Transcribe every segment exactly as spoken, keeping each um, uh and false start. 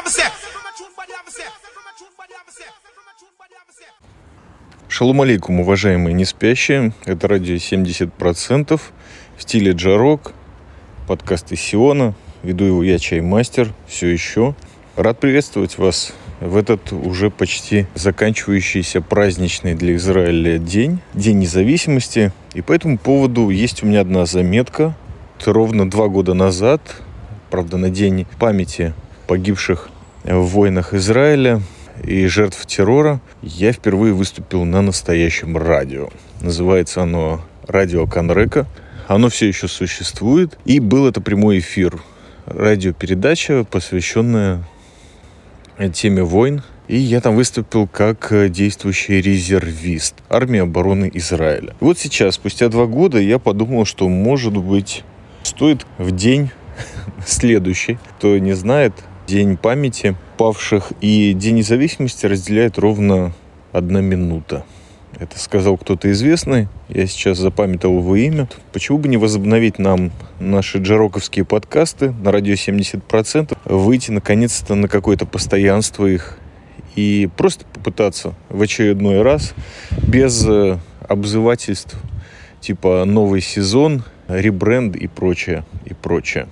Шалом алейкум, уважаемые неспящие. Это радио семьдесят процентов в стиле джарок, подкаст из Сиона. Веду его я, Чаймастер, все еще. Рад приветствовать вас в этот уже почти заканчивающийся праздничный для Израиля день, День независимости. И по этому поводу есть у меня одна заметка. Ровно два года назад, правда, на День памяти погибших в войнах Израиля и жертв террора, я впервые выступил на настоящем радио. Называется оно «Радио Канрека». Оно все еще существует. И был это прямой эфир. Радиопередача, посвященная теме войн. И я там выступил как действующий резервист армии обороны Израиля. И вот сейчас, спустя два года, я подумал, что, может быть, стоит в день следующий, кто не знает, День памяти павших и День независимости разделяет ровно одна минута. Это сказал кто-то известный. Я сейчас запамятовал его имя. Почему бы не возобновить нам наши джароковские подкасты на радио семьдесят процентов, выйти наконец-то на какое-то постоянство их и просто попытаться в очередной раз без обзывательств типа новый сезон, ребренд и прочее, и прочее.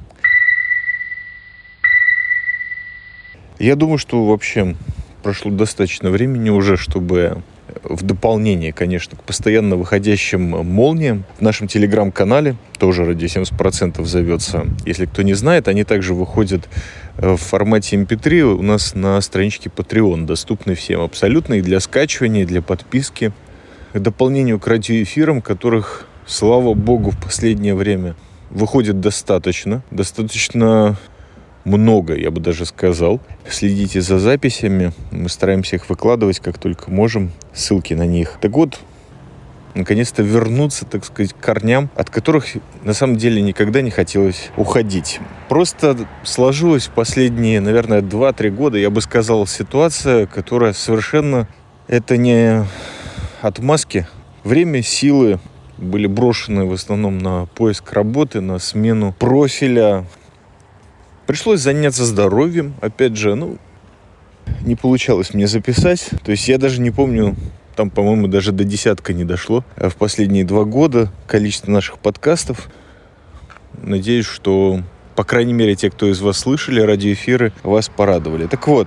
Я думаю, что вообще прошло достаточно времени уже, чтобы в дополнение, конечно, к постоянно выходящим молниям в нашем телеграм-канале, тоже радио семьдесят процентов зовется, если кто не знает, они также выходят в формате эм пи три у нас на страничке Patreon, доступны всем абсолютно и для скачивания, и для подписки. К дополнению к радиоэфирам, которых, слава богу, в последнее время выходит достаточно, достаточно много, я бы даже сказал. Следите за записями. Мы стараемся их выкладывать, как только можем. Ссылки на них. Так вот, наконец-то вернуться, так сказать, к корням, от которых на самом деле никогда не хотелось уходить. Просто сложилась в последние, наверное, два-три года, я бы сказал, ситуация, которая совершенно... Это не отмазки. Время, силы были брошены в основном на поиск работы, на смену профиля. Пришлось заняться здоровьем. Опять же, ну, не получалось мне записать. То есть я даже не помню, там, по-моему, даже до десятка не дошло. А в последние два года количество наших подкастов. Надеюсь, что, по крайней мере, те, кто из вас слышали радиоэфиры, вас порадовали. Так вот,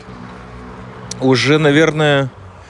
уже, наверное,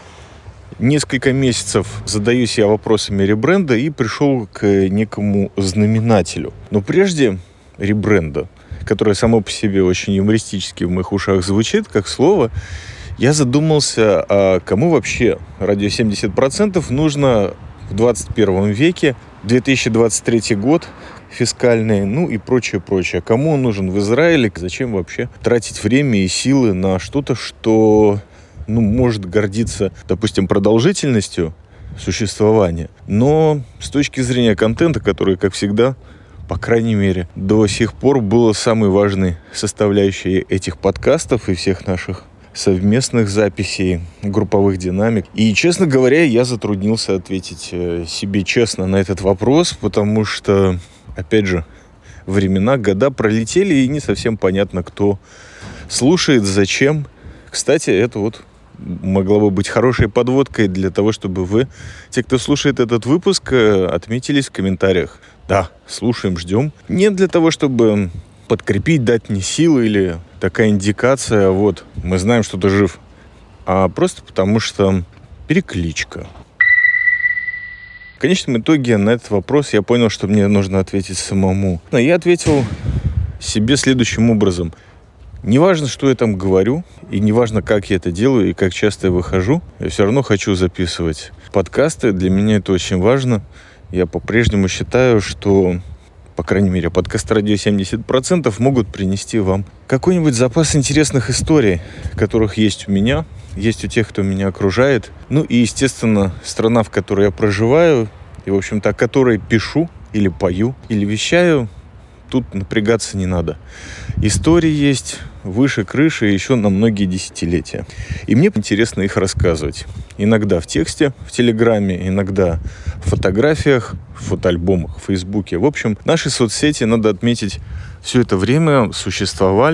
несколько месяцев задаюсь я вопросами ребренда и пришел к некому знаменателю. Но прежде ребренда, которое само по себе очень юмористически в моих ушах звучит, как слово, я задумался, а кому вообще радио семьдесят процентов нужно в двадцать первом веке, две тысячи двадцать третий год, фискальный, ну и прочее, прочее. Кому он нужен в Израиле, зачем вообще тратить время и силы на что-то, что, ну, может гордиться, допустим, продолжительностью существования, но с точки зрения контента, который, как всегда, по крайней мере, до сих пор было самой важной составляющей этих подкастов и всех наших совместных записей, групповых динамик. И, честно говоря, я затруднился ответить себе честно на этот вопрос, потому что, опять же, времена, года пролетели, и не совсем понятно, кто слушает, зачем. Кстати, это вот могла бы быть хорошей подводкой для того, чтобы вы, те, кто слушает этот выпуск, отметились в комментариях. Да, слушаем, ждем. Не для того, чтобы подкрепить, дать мне силы или такая индикация, вот, мы знаем, что ты жив, а просто потому что перекличка. В конечном итоге на этот вопрос я понял, что мне нужно ответить самому. Но я ответил себе следующим образом. Неважно, что я там говорю, и неважно, как я это делаю и как часто я выхожу, я все равно хочу записывать подкасты. Для меня это очень важно. Я по-прежнему считаю, что, по крайней мере, подкасты радио семьдесят процентов могут принести вам какой-нибудь запас интересных историй, которых есть у меня, есть у тех, кто меня окружает. Ну и, естественно, страна, в которой я проживаю, и, в общем-то, о которой пишу или пою, или вещаю, тут напрягаться не надо. Истории есть выше крыши еще на многие десятилетия. И мне интересно их рассказывать. Иногда в тексте, в Телеграме, иногда в фотографиях, в фотоальбомах, в Фейсбуке. В общем, наши соцсети, надо отметить, все это время существовали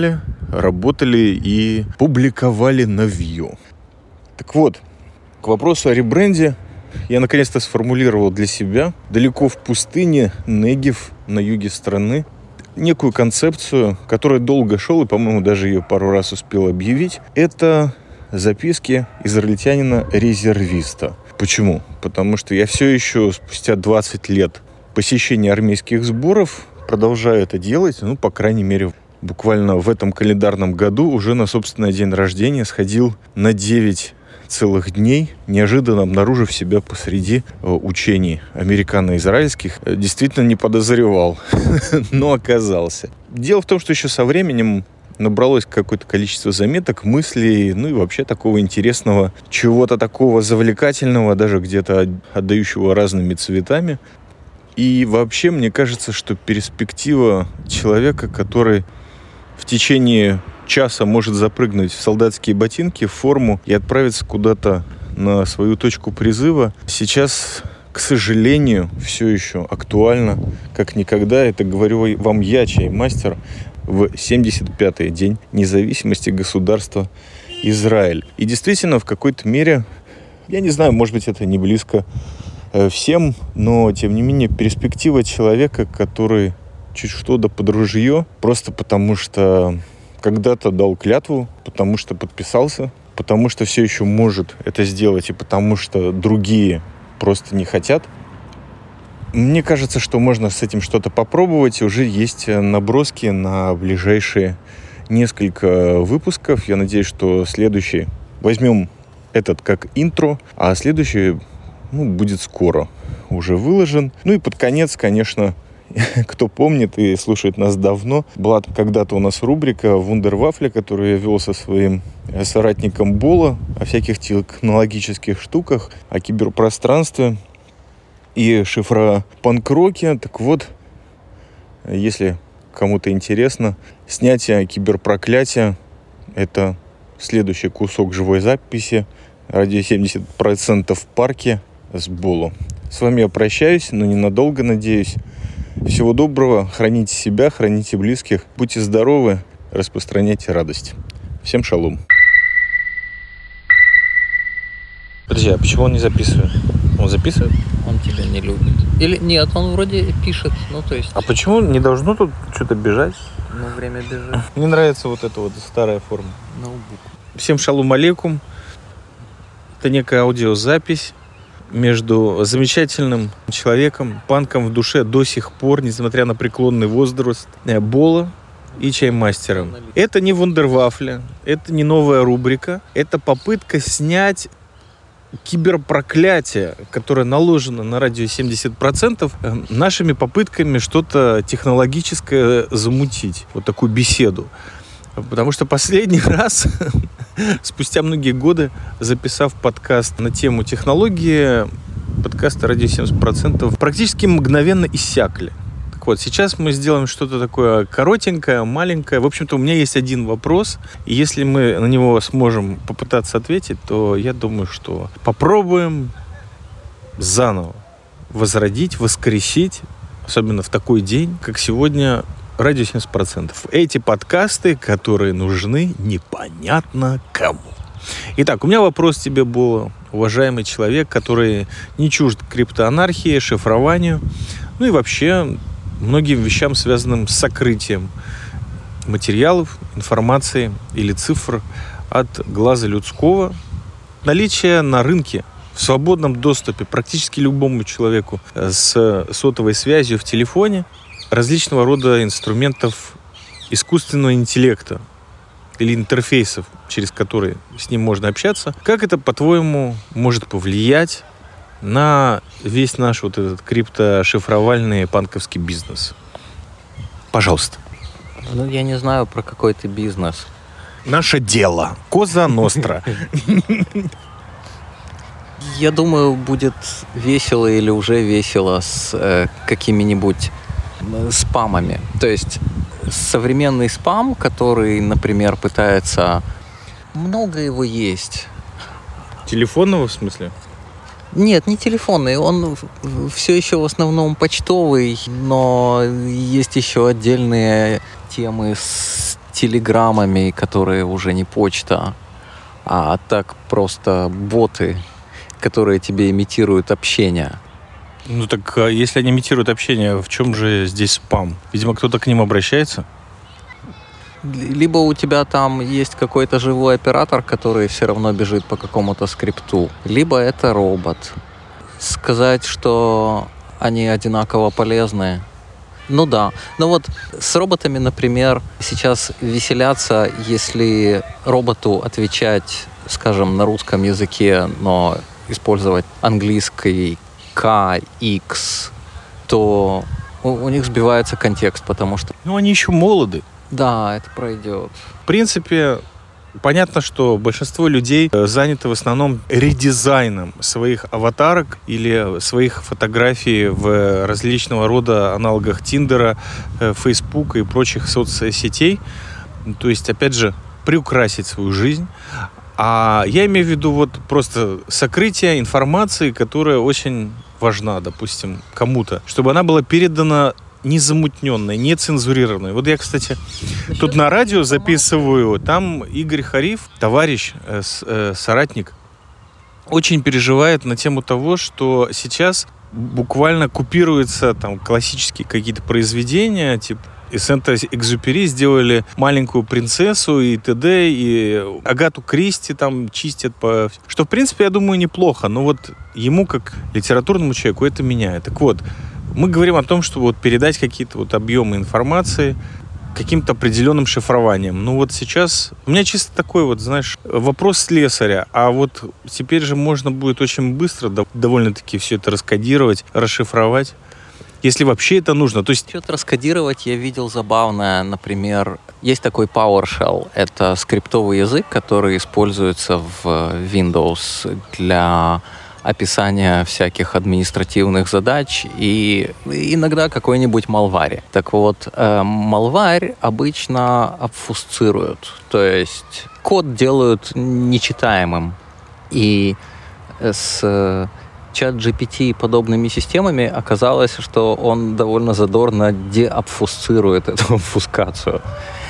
работали и публиковали на Vue. Так вот, к вопросу о ребренде я наконец-то сформулировал для себя далеко в пустыне Негев на юге страны некую концепцию, которая долго шел и, по-моему, даже ее пару раз успел объявить. Это записки израильтянина-резервиста. Почему? Потому что я все еще спустя двадцать лет посещения армейских сборов продолжаю это делать, ну, по крайней мере, буквально в этом календарном году уже на собственный день рождения сходил на девять целых дней, неожиданно обнаружив себя посреди учений американо-израильских. Действительно не подозревал, но оказался. Дело в том, что еще со временем набралось какое-то количество заметок, мыслей, ну и вообще такого интересного, чего-то такого завлекательного, даже где-то отдающего разными цветами. И вообще, мне кажется, что перспектива человека, который в течение часа может запрыгнуть в солдатские ботинки, в форму и отправиться куда-то на свою точку призыва, сейчас, к сожалению, все еще актуально, как никогда. Это говорю вам я, чаймастер, в семьдесят пятый день независимости государства Израиль. И действительно, в какой-то мере, я не знаю, может быть, это не близко всем, но, тем не менее, перспектива человека, который чуть что да под ружье, просто потому что когда-то дал клятву, потому что подписался, потому что все еще может это сделать и потому что другие просто не хотят. Мне кажется, что можно с этим что-то попробовать. Уже есть наброски на ближайшие несколько выпусков. Я надеюсь, что следующий возьмем этот как интро, а следующий, ну, будет скоро уже выложен. Ну и под конец, конечно, кто помнит и слушает нас давно, была когда-то у нас рубрика «Вундервафля», которую я вел со своим соратником Бола о всяких технологических штуках, о киберпространстве и шифропанк-роке. Так вот, если кому-то интересно, снятие киберпроклятия — это следующий кусок живой записи «Радио семьдесят процентов в парке» с Болу. С вами я прощаюсь, но ненадолго, надеюсь. Всего доброго, храните себя, храните близких, будьте здоровы, распространяйте радость. Всем шалом. Подожди, а почему он не записывает? Он записывает? Он тебя не любит. Или нет, он вроде пишет, ну то есть... А почему не должно тут что-то бежать? Ну, время бежит. Мне нравится вот эта вот старая форма. Ноутбук. Всем шалом алейкум. Это некая аудиозапись между замечательным человеком, панком в душе до сих пор, несмотря на преклонный возраст, Бола и чаймастером. Это не вундервафля, это не новая рубрика, это попытка снять киберпроклятие, которое наложено на радио семьдесят процентов, нашими попытками что-то технологическое замутить, вот такую беседу. Потому что последний раз, спустя многие годы, записав подкаст на тему технологии, подкасты «Радио семьдесят процентов» практически мгновенно иссякли. Так вот, сейчас мы сделаем что-то такое коротенькое, маленькое. В общем-то, у меня есть один вопрос, и если мы на него сможем попытаться ответить, то я думаю, что попробуем заново возродить, воскресить, особенно в такой день, как сегодня, радио семьдесят процентов. Эти подкасты, которые нужны непонятно кому. Итак, у меня вопрос тебе был, уважаемый человек, который не чужд криптоанархии, шифрованию, ну и вообще многим вещам, связанным с сокрытием материалов, информации или цифр от глаза людского. Наличие на рынке в свободном доступе практически любому человеку с сотовой связью в телефоне различного рода инструментов искусственного интеллекта или интерфейсов, через которые с ним можно общаться. Как это, по-твоему, может повлиять на весь наш вот этот криптошифровальный панковский бизнес? Пожалуйста. Ну, я не знаю, про какой ты бизнес. Наше дело. Коза Ностра. Я думаю, будет весело или уже весело с э, какими-нибудь спамами. То есть современный спам, который, например, пытается... Много его есть. Телефонного, в смысле? Нет, не телефонный. Он все еще в основном почтовый, но есть еще отдельные темы с телеграммами, которые уже не почта, а так просто боты, которые тебе имитируют общение. Ну так, если они имитируют общение, в чем же здесь спам? Видимо, кто-то к ним обращается? Либо у тебя там есть какой-то живой оператор, который все равно бежит по какому-то скрипту, либо это робот. Сказать, что они одинаково полезны, ну да. Но вот с роботами, например, сейчас веселятся, если роботу отвечать, скажем, на русском языке, но использовать английский К, X, то у, у них сбивается контекст, потому что... Ну, они еще молоды. Да, это пройдет. В принципе, понятно, что большинство людей заняты в основном редизайном своих аватарок или своих фотографий в различного рода аналогах Тиндера, Фейсбука и прочих соцсетей. То есть, опять же, приукрасить свою жизнь. А я имею в виду вот просто сокрытие информации, которая очень важна, допустим, кому-то, чтобы она была передана незамутненной, нецензурированной. Вот я, кстати, Насчет тут на радио записываю, там Игорь Хариф, товарищ, э, э, соратник, очень переживает на тему того, что сейчас буквально купируются там классические какие-то произведения, типа из Сент-Экзюпери сделали маленькую принцессу и т.д., и Агату Кристи там чистят по... Что, в принципе, я думаю, неплохо, но вот ему, как литературному человеку, это меняет. Так вот, мы говорим о том, чтобы вот передать какие-то вот объемы информации каким-то определенным шифрованием. Ну вот сейчас у меня чисто такой вот, знаешь, вопрос слесаря. А вот теперь же можно будет очень быстро довольно-таки все это раскодировать, расшифровать. Если вообще это нужно. То есть... Что-то раскодировать я видел забавное. Например, есть такой PowerShell. Это скриптовый язык, который используется в Windows для описания всяких административных задач и иногда какой-нибудь малварь. Так вот, э, малварь обычно обфусцируют. То есть код делают нечитаемым. И с чат джи пи ти и подобными системами оказалось, что он довольно задорно деобфусцирует эту обфускацию.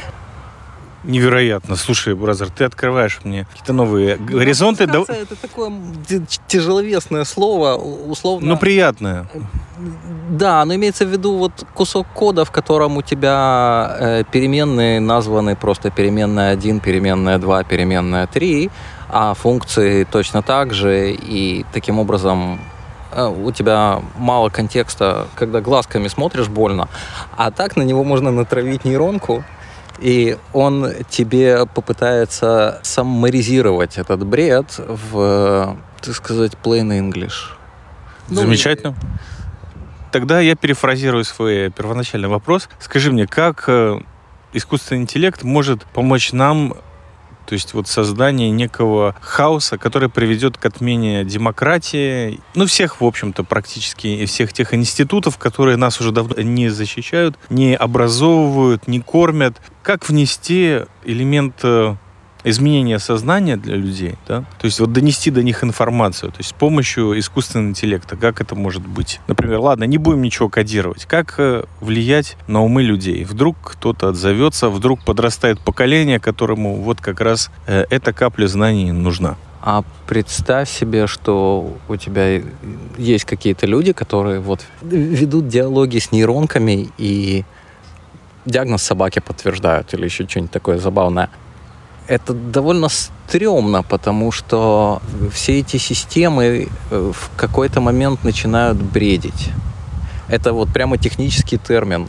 Невероятно. Слушай, бразер, ты открываешь мне какие-то новые ну, горизонты. Да... Это такое тяжеловесное слово, условно. Ну, приятное. Да, но имеется в виду вот кусок кода, в котором у тебя э, переменные названы просто переменная один, переменная два, переменная три, а функции точно так же, и таким образом э, у тебя мало контекста, когда глазками смотришь, больно, а так на него можно натравить нейронку, и он тебе попытается саммаризировать этот бред в, так сказать, plain English. Замечательно. Ну, тогда я перефразирую свой первоначальный вопрос. Скажи мне, как искусственный интеллект может помочь нам, то есть вот создание некого хаоса, который приведет к отмене демократии, ну, всех, в общем-то, практически, и всех тех институтов, которые нас уже давно не защищают, не образовывают, не кормят. Как внести элемент изменения сознания для людей, да? То есть вот донести до них информацию, то есть с помощью искусственного интеллекта, как это может быть? Например, ладно, не будем ничего кодировать. Как влиять на умы людей? Вдруг кто-то отзовется, вдруг подрастает поколение, которому вот как раз э, эта капля знаний нужна. А представь себе, что у тебя есть какие-то люди, которые вот ведут диалоги с нейронками и диагноз собаки подтверждают или еще что-нибудь такое забавное. Это довольно стрёмно, потому что все эти системы в какой-то момент начинают бредить. Это вот прямо технический термин.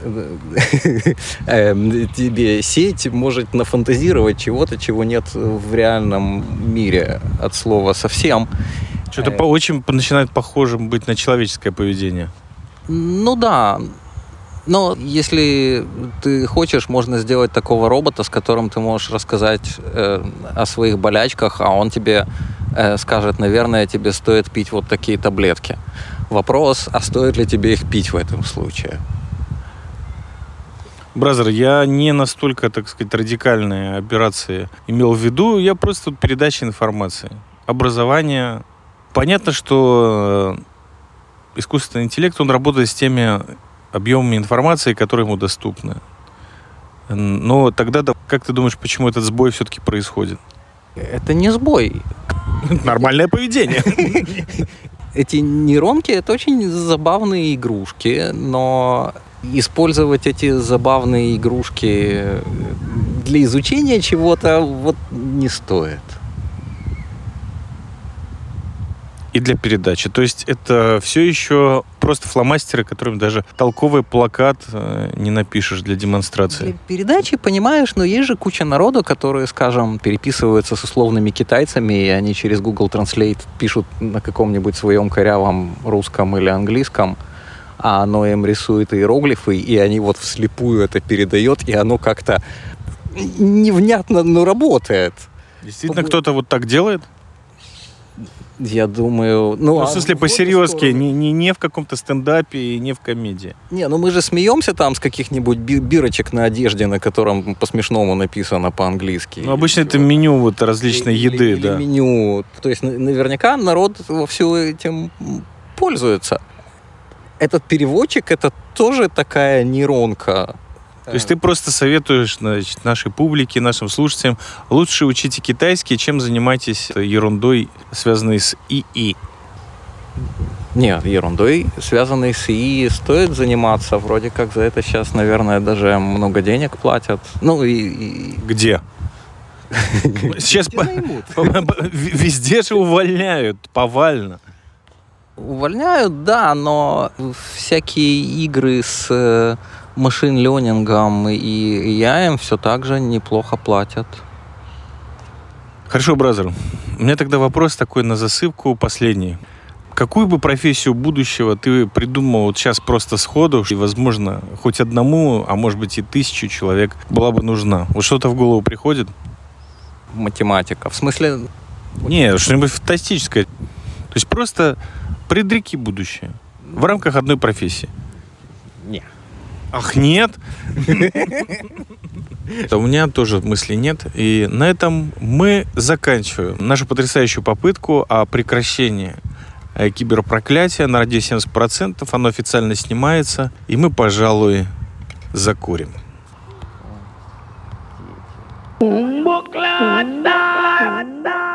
Тебе сеть может нафантазировать чего-то, чего нет в реальном мире от слова совсем. Что-то по очень начинает похожим быть на человеческое поведение. Ну да. Но если ты хочешь, можно сделать такого робота, с которым ты можешь рассказать э, о своих болячках, а он тебе э, скажет, наверное, тебе стоит пить вот такие таблетки. Вопрос, а стоит ли тебе их пить в этом случае? Бразер, я не настолько, так сказать, радикальные операции имел в виду, я просто передача информации, образование. Понятно, что искусственный интеллект, он работает с теми объемами информации, которые ему доступны. Но тогда, да, как ты думаешь, почему этот сбой все-таки происходит? Это не сбой. Нормальное поведение. Эти нейронки — это очень забавные игрушки, но использовать эти забавные игрушки для изучения чего-то вот не стоит. И для передачи. То есть это все еще просто фломастеры, которым даже толковый плакат не напишешь для демонстрации. Для передачи, понимаешь, но есть же куча народу, которые, скажем, переписываются с условными китайцами, и они через Google Translate пишут на каком-нибудь своем корявом русском или английском, а оно им рисует иероглифы, и они вот вслепую это передает, и оно как-то невнятно, но работает. Действительно, Побо... кто-то вот так делает? Я думаю... Ну, ну в смысле, а по-серьезки, не, не, не в каком-то стендапе и не в комедии. Не, ну мы же смеемся там с каких-нибудь бирочек на одежде, на котором по-смешному написано по-английски. Ну, обычно это меню вот различной или, еды, или, да. Или меню. То есть наверняка народ вовсю этим пользуется. Этот переводчик — это тоже такая нейронка. То есть ты просто советуешь, значит, нашей публике, нашим слушателям, лучше учите китайский, чем занимайтесь ерундой, связанной с ИИ. Нет, ерундой, связанной с ИИ, стоит заниматься. Вроде как за это сейчас, наверное, даже много денег платят. Ну и... и... Где? Сейчас везде же увольняют, повально. Увольняют, да, но всякие игры с машин-лёрнингом и эй ай все так же неплохо платят. Хорошо, бразер. У меня тогда вопрос такой на засыпку последний. Какую бы профессию будущего ты придумал вот сейчас просто сходу, и, возможно, хоть одному, а может быть и тысячу человек была бы нужна? Вот что-то в голову приходит? Математика. В смысле... Не, что-нибудь фантастическое. То есть просто предрики будущее в рамках одной профессии. Не. Ах, нет? У меня тоже мыслей нет. И на этом мы заканчиваем нашу потрясающую попытку о прекращении киберпроклятия на радио семьдесят процентов. Оно официально снимается. И мы, пожалуй, закурим. Буклада!